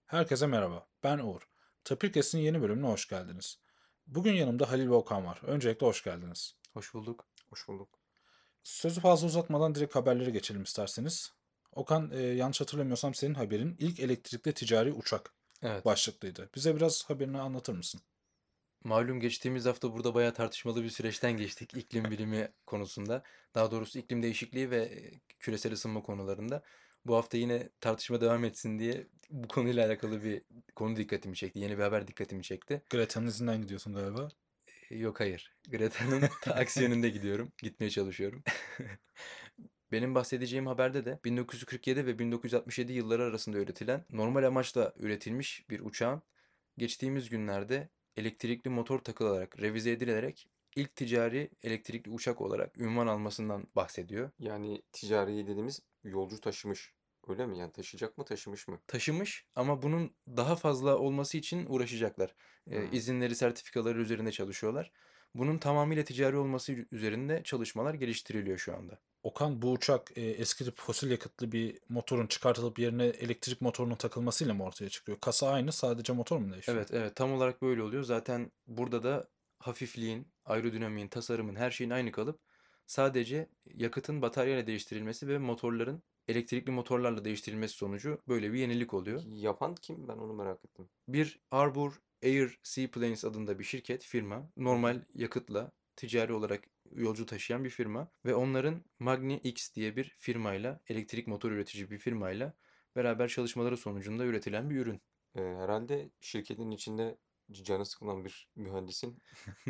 Herkese merhaba, ben Uğur. Tapirkes'in yeni bölümüne hoş geldiniz. Bugün yanımda Halil ve Okan var. Öncelikle hoş geldiniz. Hoş bulduk. Hoş bulduk. Sözü fazla uzatmadan direkt haberlere geçelim isterseniz. Okan, yanlış hatırlamıyorsam senin haberin ilk elektrikli ticari uçak Evet. başlıklıydı. Bize biraz haberini anlatır mısın? Malum geçtiğimiz hafta burada bayağı tartışmalı bir süreçten geçtik iklim bilimi konusunda. Daha doğrusu iklim değişikliği ve küresel ısınma konularında. Bu hafta yine tartışma devam etsin diye bu konuyla alakalı bir konu dikkatimi çekti. Yeni bir haber dikkatimi çekti. Greta'nın izinden gidiyorsun galiba. Yok, hayır. Greta'nın ta aksi yönünde gidiyorum. Gitmeye çalışıyorum. Benim bahsedeceğim haberde de 1947 ve 1967 yılları arasında üretilen, normal amaçla üretilmiş bir uçağın geçtiğimiz günlerde elektrikli motor takılarak, revize edilerek ilk ticari elektrikli uçak olarak ünvan almasından bahsediyor. Yani ticari dediğimiz yolcu taşımış. Öyle mi? Yani taşıyacak mı taşımış mı? Taşımış ama bunun daha fazla olması için uğraşacaklar. Hmm. İzinleri, sertifikaları üzerinde çalışıyorlar. Bunun tamamıyla ticari olması üzerinde çalışmalar geliştiriliyor şu anda. Okan, bu uçak eski tip fosil yakıtlı bir motorun çıkartılıp yerine elektrik motorunun takılmasıyla mı ortaya çıkıyor? Kasa aynı, sadece motor mu değişiyor? Evet, evet, tam olarak böyle oluyor. Zaten burada da hafifliğin, aerodinamiğin, tasarımın, her şeyin aynı kalıp sadece yakıtın bataryayla değiştirilmesi ve motorların elektrikli motorlarla değiştirilmesi sonucu böyle bir yenilik oluyor. Peki yapan kim? Ben onu merak ettim. Bir Arbor Air Seaplanes adında bir şirket, firma, Hı hı. normal yakıtla ticari olarak yolcu taşıyan bir firma ve onların Magni X diye bir firmayla, elektrik motor üretici bir firmayla beraber çalışmaları sonucunda üretilen bir ürün. Herhalde şirketin içinde canı sıkılan bir mühendisin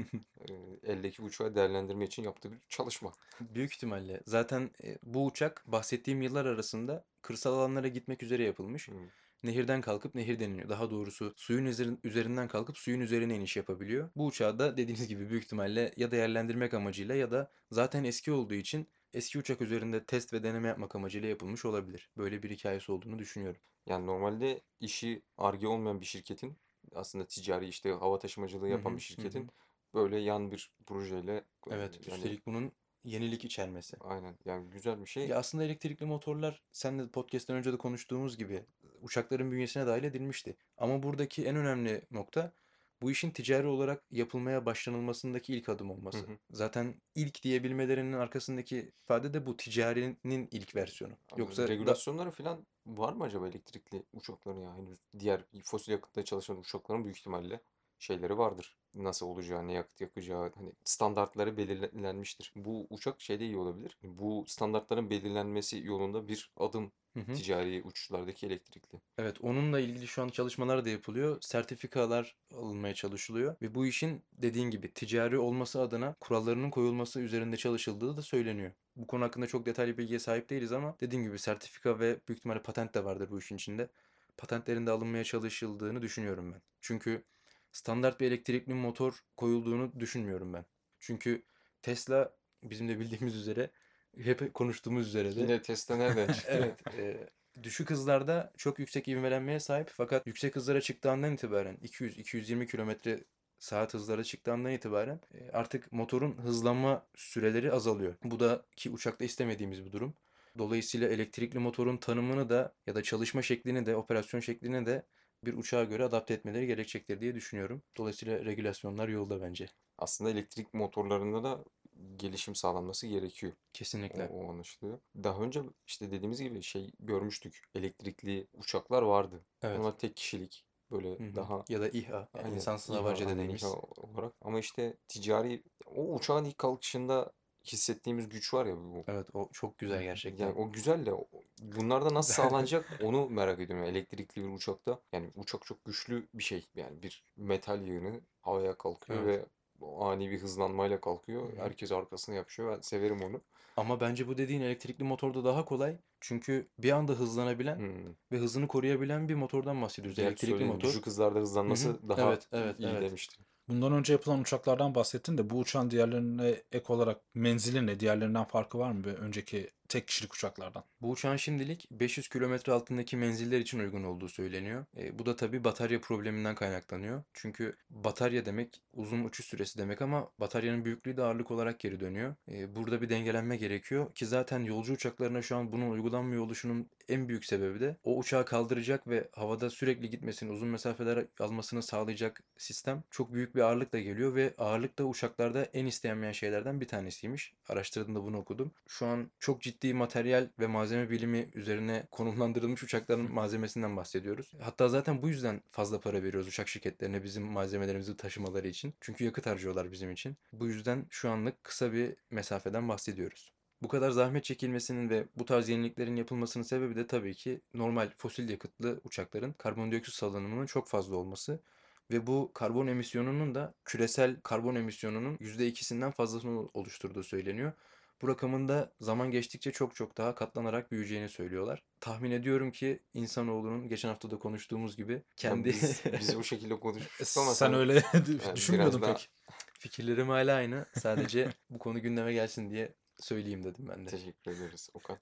eldeki uçağı değerlendirme için yaptığı bir çalışma. Büyük ihtimalle. Zaten bu uçak bahsettiğim yıllar arasında kırsal alanlara gitmek üzere yapılmış. Hmm. Nehirden kalkıp nehirden iniyor. Daha doğrusu suyun üzerinden kalkıp suyun üzerine iniş yapabiliyor. Bu uçağı da dediğiniz gibi büyük ihtimalle ya değerlendirmek amacıyla ya da zaten eski olduğu için eski uçak üzerinde test ve deneme yapmak amacıyla yapılmış olabilir. Böyle bir hikayesi olduğunu düşünüyorum. Yani normalde işi Ar-Ge olmayan bir şirketin, aslında ticari işte hava taşımacılığı Hı yapan hı, bir hı şirketin hı. böyle yan bir projeyle Evet, yani üstelik bunun yenilik içermesi. aynen yani güzel bir şey. Ya aslında elektrikli motorlar seninle de podcast'ten önce de konuştuğumuz gibi uçakların bünyesine dahil edilmişti. Ama buradaki en önemli nokta bu işin ticari olarak yapılmaya başlanılmasındaki ilk adım Hı olması. hı. Zaten ilk diyebilmelerinin arkasındaki ifade de bu, ticarinin ilk versiyonu. Yoksa da Regülasyonları falan var mı acaba elektrikli uçakların ya? Henüz diğer fosil yakıtla çalışan uçakların büyük ihtimalle şeyleri vardır. Nasıl olacağı, ne yakıt yakacağı, hani standartları belirlenmiştir. Bu uçak şeyde iyi olabilir. Bu standartların belirlenmesi yolunda bir adım hı hı. ticari uçuşlardaki elektrikli. Evet, onunla ilgili şu an çalışmalar da yapılıyor. Sertifikalar alınmaya çalışılıyor ve bu işin dediğin gibi ticari olması adına kurallarının koyulması üzerinde çalışıldığı da söyleniyor. Bu konu hakkında çok detaylı bilgiye sahip değiliz ama dediğim gibi sertifika ve büyük ihtimalle patent de vardır bu işin içinde. Patentlerin de alınmaya çalışıldığını düşünüyorum ben. Çünkü standart bir elektrikli motor koyulduğunu düşünmüyorum ben. Çünkü Tesla bizim de bildiğimiz üzere, hep konuştuğumuz üzere de Yine Tesla nereden çıktı? evet, düşük hızlarda çok yüksek ivmelenmeye sahip fakat yüksek hızlara çıktığından itibaren 200-220 kilometre saat hızlara çıktığından itibaren artık motorun hızlanma süreleri azalıyor. Bu da ki uçakta istemediğimiz bir durum. Dolayısıyla elektrikli motorun tanımını da ya da çalışma şeklini de, operasyon şeklini de bir uçağa göre adapte etmeleri gerekecektir diye düşünüyorum. Dolayısıyla regülasyonlar yolda bence. Aslında elektrik motorlarında da gelişim sağlanması gerekiyor. O, Kesinlikle. o anlaşılıyor. Daha önce işte dediğimiz gibi şey görmüştük. Elektrikli uçaklar vardı. Evet. Onlar tek kişilik böyle Hı hı. daha Ya da İHA, yani aynen insansız İHA, hava aynen İHA dediğimiz. olarak. Ama işte ticari o uçağın ilk kalkışında hissettiğimiz güç var ya bu. Evet, o çok güzel Yani gerçekten. o güzel de bunlarda nasıl sağlanacak onu merak ediyorum. Yani elektrikli bir uçakta yani uçak çok güçlü bir şey. Yani bir metal yığını havaya kalkıyor Evet. ve ani bir hızlanmayla kalkıyor. Hı hı. Herkes arkasına yapışıyor. Ben severim onu. Ama bence bu dediğin elektrikli motorda daha kolay. Çünkü bir anda hızlanabilen Hmm. ve hızını koruyabilen bir motordan bahsediyoruz. Gerçi Elektrikli söyledin motor. düşük hızlarda Hı hı. hızlanması daha Evet, evet, iyi evet. demiştin. Bundan önce yapılan uçaklardan bahsettin de bu uçağın diğerlerine ek olarak menzili ne? Diğerlerinden farkı var mı bir önceki tek kişilik uçaklardan. Bu uçağın şimdilik 500 kilometre altındaki menziller için uygun olduğu söyleniyor. Bu da tabii batarya probleminden kaynaklanıyor. Çünkü batarya demek uzun uçuş süresi demek ama bataryanın büyüklüğü de ağırlık olarak geri dönüyor. Burada bir dengelenme gerekiyor ki zaten yolcu uçaklarına şu an bunun uygulanmıyor oluşunun en büyük sebebi de o uçağı kaldıracak ve havada sürekli gitmesini, uzun mesafeler almasını sağlayacak sistem çok büyük bir ağırlıkla geliyor ve ağırlık da uçaklarda en istenmeyen şeylerden bir tanesiymiş. Araştırdığımda bunu okudum. Şu an çok ciddi materyal ve malzeme bilimi üzerine konumlandırılmış uçakların malzemesinden bahsediyoruz. Hatta zaten bu yüzden fazla para veriyoruz uçak şirketlerine bizim malzemelerimizi taşımaları için. Çünkü yakıt harcıyorlar bizim için. Bu yüzden şu anlık kısa bir mesafeden bahsediyoruz. Bu kadar zahmet çekilmesinin ve bu tarz yeniliklerin yapılmasının sebebi de tabii ki normal fosil yakıtlı uçakların karbondioksit salınımının çok fazla olması ve bu karbon emisyonunun da küresel karbon emisyonunun %2'sinden fazlasını oluşturduğu söyleniyor. Bu rakamın da zaman geçtikçe çok çok daha katlanarak büyüyeceğini söylüyorlar. Tahmin ediyorum ki insanoğlunun geçen hafta da konuştuğumuz gibi Ya kendi biz bu şekilde konuşmuştuk ama Sen sen öyle biraz düşünmüyordun daha pek. fikirlerim hala aynı. Sadece bu konu gündeme gelsin diye söyleyeyim dedim ben de. teşekkür ederiz Okan.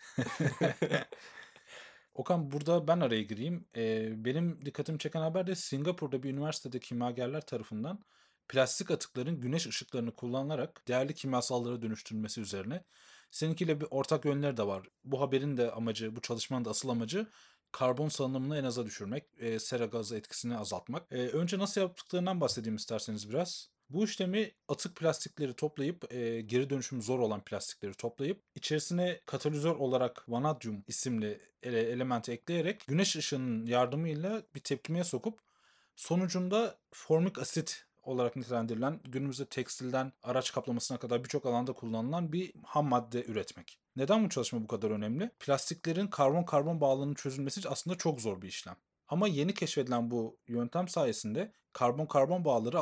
Okan, burada ben araya gireyim. Benim dikkatimi çeken haber de Singapur'da bir üniversitede kimyagerler tarafından plastik atıkların güneş ışıklarını kullanarak değerli kimyasallara dönüştürülmesi üzerine. Seninkiyle bir ortak yönleri de var. Bu haberin de amacı, bu çalışmanın da asıl amacı karbon salınımını en aza düşürmek, sera gazı etkisini azaltmak. Önce nasıl yaptıklarından bahsedeyim isterseniz biraz. Bu işlemi atık plastikleri toplayıp, geri dönüşüm zor olan plastikleri toplayıp içerisine katalizör olarak vanadyum isimli elementi ekleyerek güneş ışığının yardımıyla bir tepkimeye sokup sonucunda formik asit olarak nitelendirilen günümüzde tekstilden araç kaplamasına kadar birçok alanda kullanılan bir ham madde üretmek. Neden bu çalışma bu kadar önemli? Plastiklerin karbon-karbon bağlarının çözülmesi aslında çok zor bir işlem. Ama yeni keşfedilen bu yöntem sayesinde karbon-karbon bağları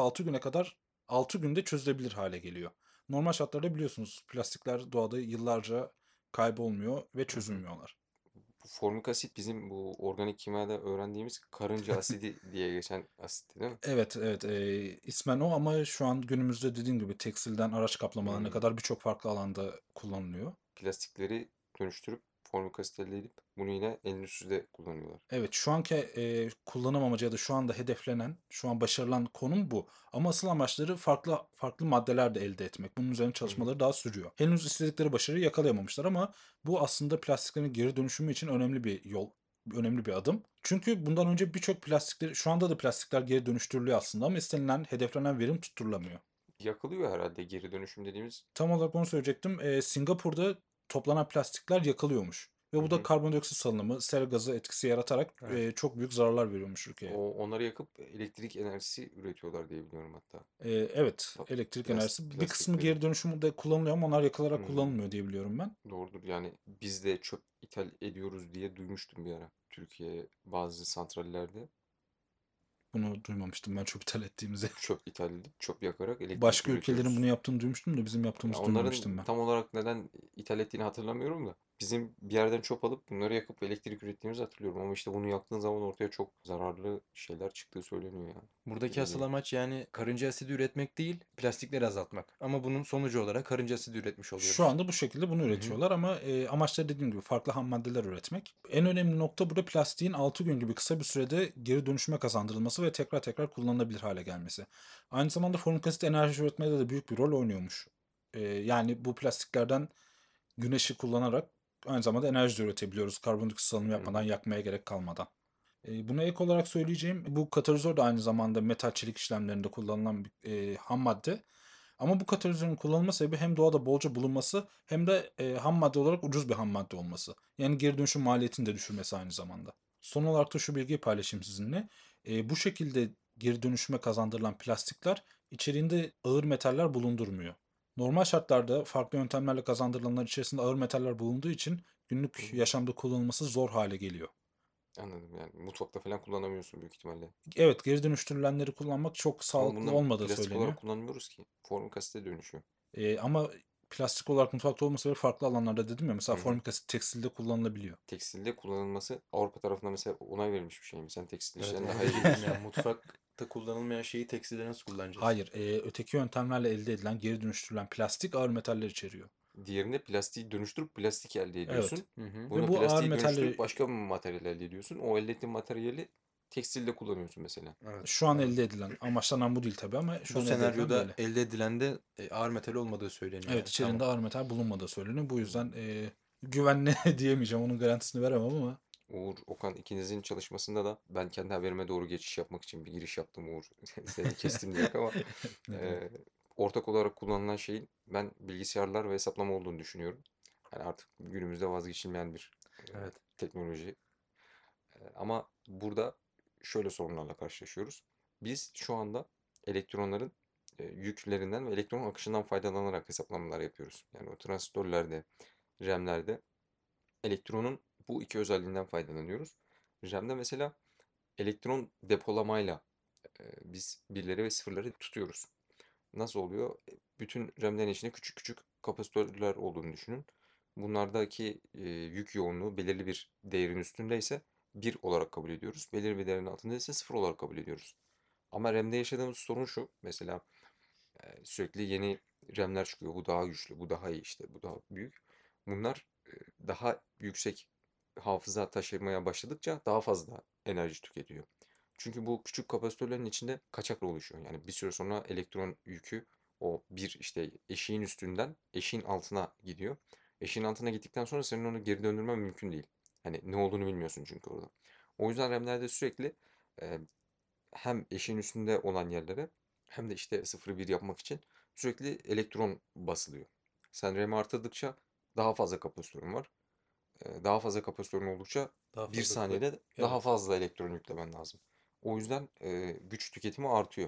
6 günde çözülebilir hale geliyor. Normal şartlarda biliyorsunuz plastikler doğada yıllarca kaybolmuyor ve Hı hı. çözülmüyorlar. Bu formik asit bizim bu organik kimyada öğrendiğimiz karınca asidi diye geçen asit değil mi? Evet, evet. İsmen o ama şu an günümüzde dediğim gibi tekstilden araç kaplamalarına Hmm. kadar birçok farklı alanda kullanılıyor. Plastikleri dönüştürüp formik asit elde edip bunu yine endüstride kullanıyorlar. Evet, şu anki kullanım amacı ya da şu anda hedeflenen, şu an başarılan konum bu. Ama asıl amaçları farklı farklı maddeler de elde etmek. Bunun üzerine Hı hı. çalışmaları daha sürüyor. Henüz istedikleri başarıyı yakalayamamışlar ama bu aslında plastiklerin geri dönüşümü için önemli bir yol, önemli bir adım. Çünkü bundan önce birçok plastikler, şu anda da plastikler geri dönüştürülüyor aslında ama istenilen, hedeflenen verim tutturulamıyor. Yakılıyor herhalde geri dönüşüm dediğimiz. Tam olarak onu söyleyecektim. Singapur'da toplanan plastikler yakılıyormuş. Ve Hı bu da hı. karbondioksit salınımı, sera gazı etkisi yaratarak Evet. çok büyük zararlar veriyormuş ülkeye. Onları yakıp elektrik enerjisi üretiyorlar diye biliyorum hatta. Evet, elektrik enerjisi. Bir kısmı Plastikleri. geri dönüşümde kullanılıyor ama onlar yakılarak Hmm, kullanılmıyor diye biliyorum ben. doğrudur. Yani biz de çöp ithal ediyoruz diye duymuştum bir ara. Türkiye bazı santrallerde Bunu duymamıştım ben çok ithal ettiğimizi. çöp ithal edip çöp yakarak elektrik Başka ülkelerin bunu üretiyoruz. yaptığını duymuştum da bizim Ya yaptığımızı duymamıştım onların ben. tam olarak neden ithal ettiğini hatırlamıyorum da bizim bir yerden çöp alıp bunları yakıp elektrik ürettiğimizi hatırlıyorum. Ama işte bunu yaktığın zaman ortaya çok zararlı şeyler çıktığı söyleniyor yani. Buradaki asıl Kirliliği. amaç yani karınca asidi üretmek değil, plastikleri azaltmak. Ama bunun sonucu olarak karınca asidi üretmiş Şu oluyoruz. anda bu şekilde bunu Hı hı. üretiyorlar ama amaçları dediğim gibi farklı ham maddeler üretmek. En önemli nokta burada plastiğin 6 gün gibi kısa bir sürede geri dönüşüme kazandırılması ve tekrar tekrar kullanılabilir hale gelmesi. Aynı zamanda formik asit enerji üretmede de büyük bir rol oynuyormuş. Yani bu plastiklerden güneşi kullanarak aynı zamanda enerji de üretebiliyoruz. Karbondioksit salınımı Hı yapmadan, hı. yakmaya gerek kalmadan. Buna ek olarak söyleyeceğim, bu katalizör de aynı zamanda metal çelik işlemlerinde kullanılan bir ham madde. Ama bu katalizörün kullanılma sebebi hem doğada bolca bulunması hem de ham madde olarak ucuz bir ham madde olması. Yani geri dönüşüm maliyetini de düşürmesi aynı zamanda. Son olarak da şu bilgiyi paylaşayım sizinle. Bu şekilde geri dönüşüme kazandırılan plastikler içeriğinde ağır metaller bulundurmuyor. Normal şartlarda farklı yöntemlerle kazandırılanlar içerisinde ağır metaller bulunduğu için Hı günlük hı. yaşamda kullanılması zor hale geliyor. Anladım yani mutfakta falan kullanamıyorsun büyük ihtimalle. Evet, geri dönüştürülenleri kullanmak çok Ama sağlıklı bundan olmadığı plastik söyleniyor. olarak kullanmıyoruz ki. Formik asite dönüşüyor. Ama plastik olarak mutfakta olması ve farklı alanlarda dedim ya Hı mesela hı. formik asit tekstilde kullanılabiliyor. Tekstilde kullanılması Avrupa tarafından mesela onay verilmiş bir şey mi? Sen tekstil Evet, işlerini onu daha iyi diyecektim biliyorsun. yani mutfakta kullanılmayan şeyi tekstilde nasıl kullanacağız? Hayır, öteki yöntemlerle elde edilen geri dönüştürülen plastik ağır metaller içeriyor. Diğerinde plastiği dönüştürüp plastik elde ediyorsun. Evet. Hı hı. Ve Bunu bu ağır plastiği dönüştürüp metalleri başka bir materyal elde ediyorsun. O elde ettiğin materyali tekstilde kullanıyorsun mesela. Evet, şu an anladım. elde edilen, amaçlanan bu değil tabii ama şu Bu an elde edilen senaryoda böyle. elde edilen de ağır metal olmadığı söyleniyor Evet, yani. Tamam. içerisinde ağır metal bulunmadığı söyleniyor. Bu Hmm. yüzden güvenli diyemeyeceğim. Onun garantisini veremem ama. Uğur, Okan ikinizin çalışmasında da ben kendi haberime doğru geçiş yapmak için bir giriş yaptım Uğur. Seni kestim direkt ama Ne demek. e, ortak olarak kullanılan şeyin ben bilgisayarlar ve hesaplama olduğunu düşünüyorum. Yani artık günümüzde vazgeçilmeyen bir Evet. teknoloji. Ama burada şöyle sorunlarla karşılaşıyoruz. Biz şu anda elektronların yüklerinden ve elektron akışından faydalanarak hesaplamalar yapıyoruz. Yani o transistörlerde, RAM'lerde elektronun bu iki özelliğinden faydalanıyoruz. RAM'de mesela elektron depolamayla biz birleri ve sıfırları tutuyoruz. Nasıl oluyor? Bütün RAM'lerin içinde küçük küçük kapasitörler olduğunu düşünün. Bunlardaki yük yoğunluğu belirli bir değerin üstündeyse bir olarak kabul ediyoruz. Belirli bir değerin altında ise sıfır olarak kabul ediyoruz. Ama RAM'de yaşadığımız sorun şu. Mesela sürekli yeni RAM'ler çıkıyor. Bu daha güçlü, bu daha iyi işte, bu daha büyük. Bunlar daha yüksek hafıza taşımaya başladıkça daha fazla enerji tüketiyor. Çünkü bu küçük kapasitörlerin içinde kaçakla oluşuyor. Yani bir süre sonra elektron yükü o bir işte eşiğin üstünden eşiğin altına gidiyor. Eşiğin altına gittikten sonra senin onu geri döndürmen mümkün değil. Hani ne olduğunu bilmiyorsun çünkü orada. O yüzden RAM'lerde sürekli e, hem eşiğin üstünde olan yerlere hem de işte 0'ı 1 yapmak için sürekli elektron basılıyor. Sen RAM'i artırdıkça daha fazla kapasitörün var. Daha fazla kapasitörün oldukça Daha bir fazla kuvvet. saniyede daha Evet. fazla elektron yüklemen lazım. O yüzden güç tüketimi artıyor.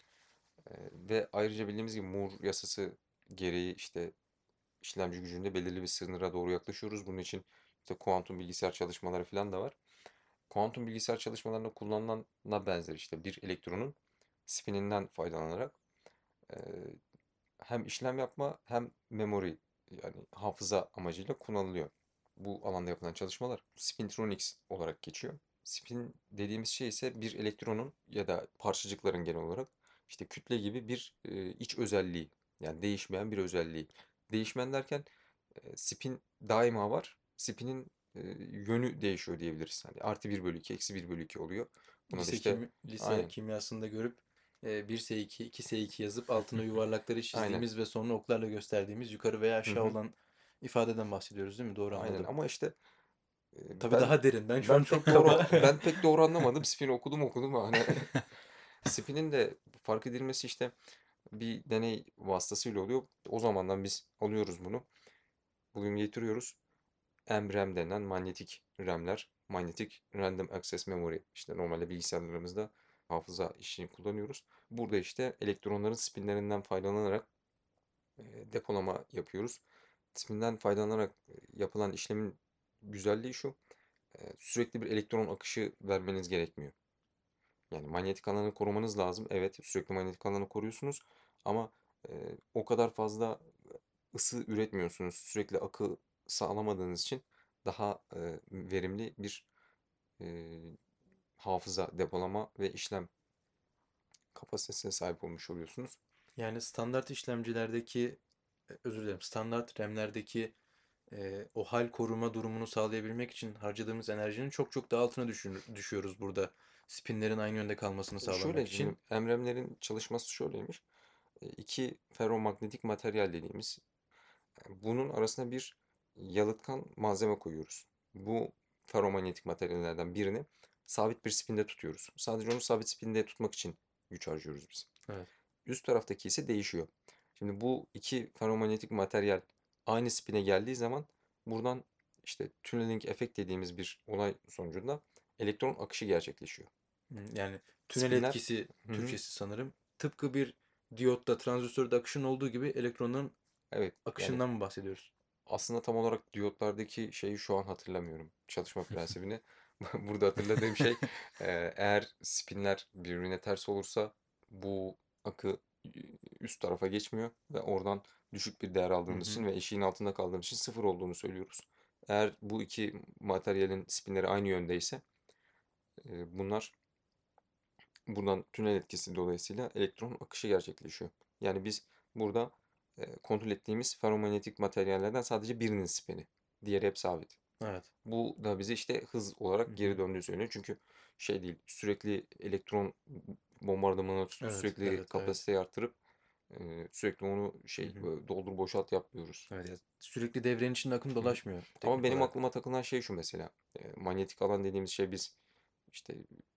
Ve ayrıca bildiğimiz gibi Moore yasası gereği işte işlemci gücünde belirli bir sınıra doğru yaklaşıyoruz. Bunun için işte kuantum bilgisayar çalışmaları falan da var. Kuantum bilgisayar çalışmalarında kullanılana benzer işte bir elektronun spininden faydalanarak e, hem işlem yapma hem memory yani hafıza amacıyla kullanılıyor. Bu alanda yapılan çalışmalar spintronics olarak geçiyor. Spin dediğimiz şey ise bir elektronun ya da parçacıkların genel olarak işte kütle gibi bir iç özelliği. Yani değişmeyen bir özelliği. Değişmen derken spin daima var. Spinin yönü değişiyor diyebiliriz. Hani artı 1/2, eksi 1/2 oluyor. Buna da işte Lise aynen. kimyasında görüp 1S2, 2S2 yazıp altına yuvarlakları Aynen. çizdiğimiz ve sonra oklarla gösterdiğimiz yukarı veya Hı aşağı hı. olan ifadeden bahsediyoruz değil mi? Doğru Aynen anladım. ama işte Tabii ben daha derin. Ben şu an ben çok pek doğru kaba. ben pek doğru anlamadım. Spin okudum ama hani spin'in de fark edilmesi işte bir deney vasıtasıyla oluyor. O zamandan biz alıyoruz bunu. Bugün getiriyoruz. MRAM denen manyetik RAM'ler. Manyetik Random Access Memory. İşte normalde bilgisayarlarımızda hafıza işini kullanıyoruz. Burada işte elektronların spinlerinden faydalanarak depolama yapıyoruz. Spinden faydalanarak yapılan işlemin güzelliği şu. Sürekli bir elektron akışı vermeniz gerekmiyor. Yani manyetik alanı korumanız lazım. Evet, sürekli manyetik alanı koruyorsunuz ama o kadar fazla ısı üretmiyorsunuz. Sürekli akı sağlamadığınız için daha verimli bir e, hafıza, depolama ve işlem kapasitesine sahip olmuş oluyorsunuz. Yani standart işlemcilerdeki, özür dilerim, standart RAM'lerdeki o hal koruma durumunu sağlayabilmek için harcadığımız enerjinin çok çok daha altına düşüyoruz burada. Spinlerin aynı yönde kalmasını sağlamak Şöyle için. şimdi Emremlerin çalışması şöyleymiş. İki ferromanyetik materyal dediğimiz bunun arasına bir yalıtkan malzeme koyuyoruz. Bu ferromanyetik materyallerden birini sabit bir spinde tutuyoruz. Sadece onu sabit spinde tutmak için güç harcıyoruz biz. Evet. Üst taraftaki ise değişiyor. Şimdi bu iki ferromanyetik materyal aynı spine geldiği zaman buradan işte tunneling efekt dediğimiz bir olay sonucunda elektron akışı gerçekleşiyor. Yani tünel Spinler etkisi hı hı, Türkçesi sanırım. Tıpkı bir diyotta, transistörde akışın olduğu gibi elektronların evet yani akışından mı bahsediyoruz? aslında tam olarak diyotlardaki şeyi şu an hatırlamıyorum. Çalışma prensibini. Burada hatırladığım şey eğer spinler birbirine ters olursa bu akı üst tarafa geçmiyor ve oradan düşük bir değer Hı aldığımız hı. için ve eşiğin altında kaldığımız için sıfır olduğunu söylüyoruz. Eğer bu iki materyalin spinleri aynı yöndeyse bunlar buradan tünel etkisi dolayısıyla elektron akışı gerçekleşiyor. Yani biz burada kontrol ettiğimiz ferromanyetik materyallerden sadece birinin spini. Diğeri hep sabit. Evet. Bu da bize işte hız Hı olarak geri hı. döndüğünü söylüyor. Çünkü şey değil, sürekli elektron bombardımanı tutup Evet, sürekli evet, evet. kapasiteyi arttırıp sürekli onu Hı hı. böyle doldur boşalt yapmıyoruz. Evet, ya sürekli devrenin içinde akım Hı hı. dolaşmıyor Ama teknik benim olarak. aklıma takılan şey şu mesela. Manyetik alan dediğimiz şey biz işte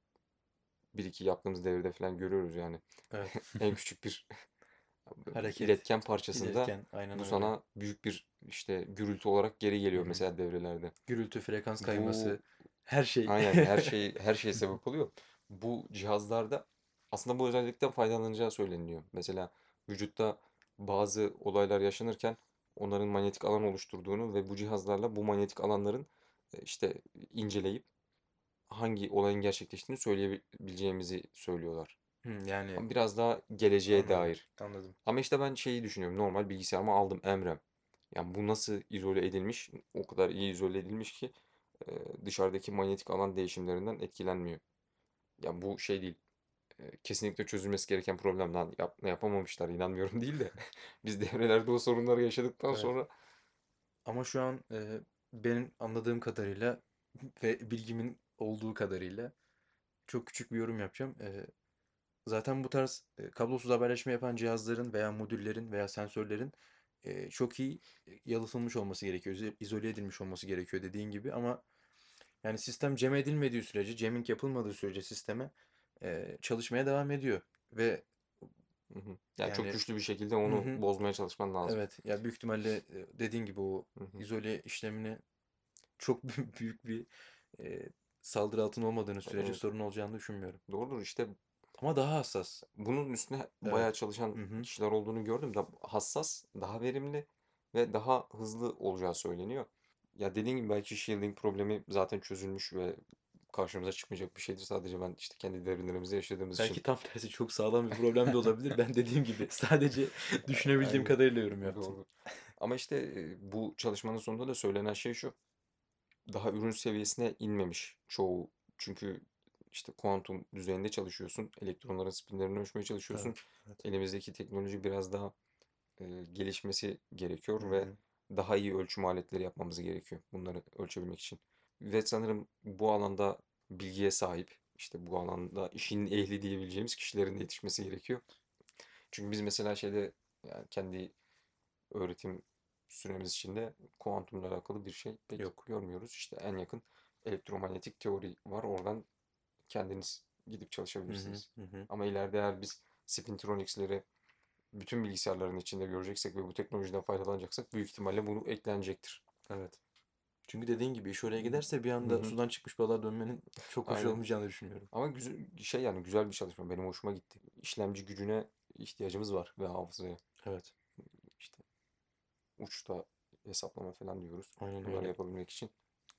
bir iki yaptığımız devrede falan görüyoruz yani. Evet. En küçük bir Hareket, iletken parçasında iletken, aynen bu öyle. sana büyük bir işte gürültü olarak geri Hı geliyor hı. mesela devrelerde. Gürültü, frekans Bu kayması, her şey. aynen her şeye sebep oluyor. Bu cihazlarda aslında bu özellikten faydalanacağı söyleniyor. Mesela vücutta bazı olaylar yaşanırken onların manyetik alan oluşturduğunu ve bu cihazlarla bu manyetik alanların işte inceleyip hangi olayın gerçekleştiğini söyleyebileceğimizi söylüyorlar. Yani Ama biraz daha geleceğe anladım, dair. anladım. Ama işte ben şeyi düşünüyorum. Normal bilgisayarıma aldım Emrem. Yani bu nasıl izole edilmiş? O kadar iyi izole edilmiş ki dışarıdaki manyetik alan değişimlerinden etkilenmiyor. Yani bu şey değil. Kesinlikle çözülmesi gereken problem lan. Yapamamışlar inanmıyorum değil de. Biz devrelerde o sorunları yaşadıktan Evet. sonra Ama şu an benim anladığım kadarıyla ve bilgimin olduğu kadarıyla çok küçük bir yorum yapacağım. Zaten bu tarz kablosuz haberleşme yapan cihazların veya modüllerin veya sensörlerin çok iyi yalıtılmış olması gerekiyor. İzole edilmiş olması gerekiyor dediğin gibi ama yani sistem cem edilmediği sürece, jamming yapılmadığı sürece sisteme çalışmaya devam ediyor. Ve hı hı. Yani çok yani güçlü bir şekilde hı onu hı, bozmaya çalışman lazım. evet ya büyük ihtimalle dediğin gibi o Hı hı. izole işlemini çok büyük bir e, saldırı altında olmadığını sürece Evet. sorun olacağını düşünmüyorum. Doğrudur işte Ama daha hassas. bunun üstüne Evet. bayağı çalışan Hı hı. kişiler olduğunu gördüm. Da hassas, daha verimli ve daha hızlı olacağı söyleniyor. Ya dediğim gibi belki shielding problemi zaten çözülmüş ve karşımıza çıkmayacak bir şeydir. Sadece ben işte kendi devrimlerimizde yaşadığımız için. Belki tam tersi çok sağlam bir problem de olabilir. Ben dediğim gibi sadece düşünebildiğim Aynen. kadarıyla yorum yaptım. Doğru. Ama işte bu çalışmanın sonunda da söylenen şey şu. Daha ürün seviyesine inmemiş çoğu. Çünkü işte kuantum düzeyinde çalışıyorsun. Elektronların spinlerini ölçmeye çalışıyorsun. Evet, evet. Elimizdeki teknoloji biraz daha gelişmesi Hı gerekiyor ve hı. daha iyi ölçüm aletleri yapmamız gerekiyor bunları ölçebilmek için. Ve sanırım bu alanda bilgiye sahip, işte bu alanda işin ehli diyebileceğimiz kişilerin de yetişmesi gerekiyor. Çünkü biz mesela şeyde yani kendi öğretim süremiz içinde kuantumla alakalı bir şey pek Yok. görmüyoruz. İşte en yakın elektromanyetik teori var. Oradan kendiniz gidip Hı hı. çalışabilirsiniz. Hı hı. Ama ileride eğer biz spintronics'leri bütün bilgisayarların içinde göreceksek ve bu teknolojiden faydalanacaksak büyük ihtimalle bunu eklenecektir. Evet. Çünkü dediğin gibi iş oraya giderse bir Hı anda hı, sudan çıkmış balığa dönmenin çok hoş aynen. olmayacağını düşünüyorum. Ama güzel, şey yani güzel bir çalışma. Benim hoşuma gitti. İşlemci gücüne ihtiyacımız var ve hafızaya. Evet. İşte uçta hesaplama falan diyoruz. Aynen Bunları öyle. yapabilmek için.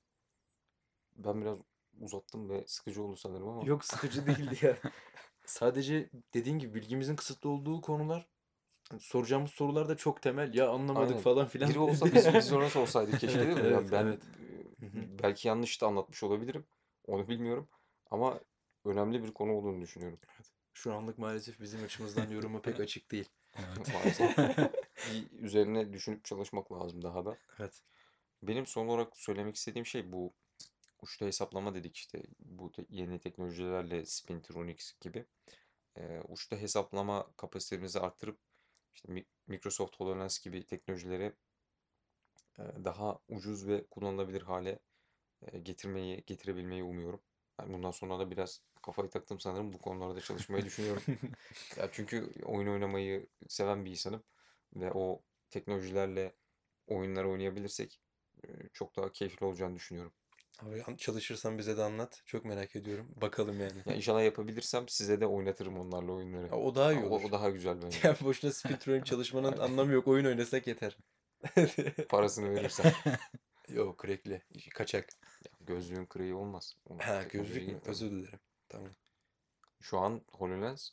Ben biraz uzattım ve sıkıcı oldu sanırım ama Yok sıkıcı değildi ya. Sadece dediğin gibi bilgimizin kısıtlı olduğu konular, soracağımız sorular da çok temel. Ya anlamadık aynen. falan Biri filan. olsa biz ona sorsaydık keşke Evet, değil mi? evet, Yani ben evet. Hı hı. belki yanlış da anlatmış olabilirim. Onu bilmiyorum. Ama önemli bir konu olduğunu düşünüyorum. Şu anlık maalesef bizim açımızdan yorumu pek açık değil. Evet. Maalesef. Bir üzerine düşünüp çalışmak lazım daha da. Evet. Benim son olarak söylemek istediğim şey bu uçta hesaplama dedik işte bu yeni teknolojilerle Spintronics gibi. Uçta hesaplama kapasitemizi arttırıp işte Microsoft HoloLens gibi teknolojileri daha ucuz ve kullanılabilir hale getirebilmeyi umuyorum. Yani bundan sonra da biraz kafayı taktım sanırım bu konularda çalışmayı düşünüyorum. Ya çünkü oyun oynamayı seven bir insanım ve o teknolojilerle oyunlar oynayabilirsek çok daha keyifli olacağını düşünüyorum. Abi çalışırsan bize de anlat. Çok merak ediyorum. Bakalım yani. Ya inşallah yapabilirsem size de oynatırım onlarla oyunları. Ya o daha iyi O olur. daha güzel bence. Ya boşuna speedrun çalışmanın Aynen. anlamı yok. Oyun oynasak yeter. Parasını verirsem. Yok crackli. Kaçak. Ya gözlüğün kırığı olmaz. O Ha teknoloji gözlük mü? getirmem. Özür dilerim. Tamam. Şu an HoloLens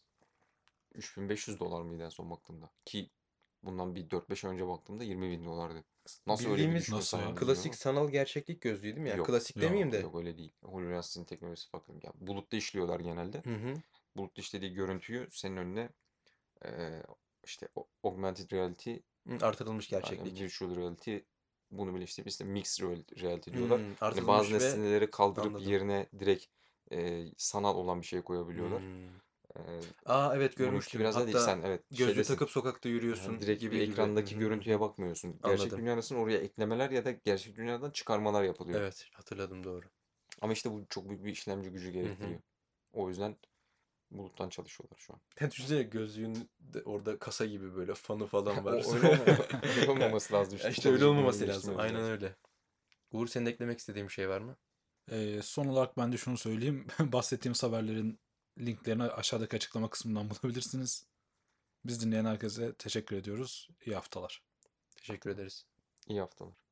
3500 dolar mıydı en son baktığımda? Ki bundan bir 4-5 ay önce baktığımda 20 bin dolardı. Nasıl öyle bir Bildiğimiz düşme Nasıl ya? sağladı bilmiyorum klasik ama. sanal gerçeklik gözlüğü değil mi ya? Yok. Klasik demeyeyim Yok. de. Yok öyle değil. HoloLens'in teknolojisi farklı. Ya, bulutta işliyorlar genelde. Hı hı. Bulutta işlediği görüntüyü senin önüne e, işte augmented reality Artırılmış Aynen gerçeklik. virtual reality bunu birleştirip işte mixed reality diyorlar. Hani bazı Artırılmış ve nesneleri kaldırıp anladım. yerine direkt sanal olan bir şey koyabiliyorlar. Hımm. Eee, Evet bununki görmüştüm. biraz daha değil. Hatta Sen evet gözlüğü şeydesin. takıp sokakta yürüyorsun Direkt bir gibi gibi. Hı ekrandaki hı, hı görüntüye hı. bakmıyorsun. Gerçek Anladım. dünyadasın, oraya eklemeler ya da gerçek dünyadan çıkarmalar yapılıyor. Evet, hatırladım, doğru. Ama işte bu çok büyük bir işlemci gücü Hı hı. gerektiriyor. O yüzden buluttan çalışıyorlar şu an. Ya düşünsene gözlüğün de orada kasa gibi böyle fanı falan var. O öyle öyle olmaması lazım Ya işte. işte öyle Çalışıp bunu olmaması lazım. birleştirmemiz Aynen lazım. öyle. Uğur senin eklemek istediğin bir şey var mı? Son olarak ben de şunu söyleyeyim. Bahsettiğimiz haberlerin linklerini aşağıdaki açıklama kısmından bulabilirsiniz. Biz dinleyen herkese teşekkür ediyoruz. İyi haftalar. Teşekkür ederiz. İyi haftalar.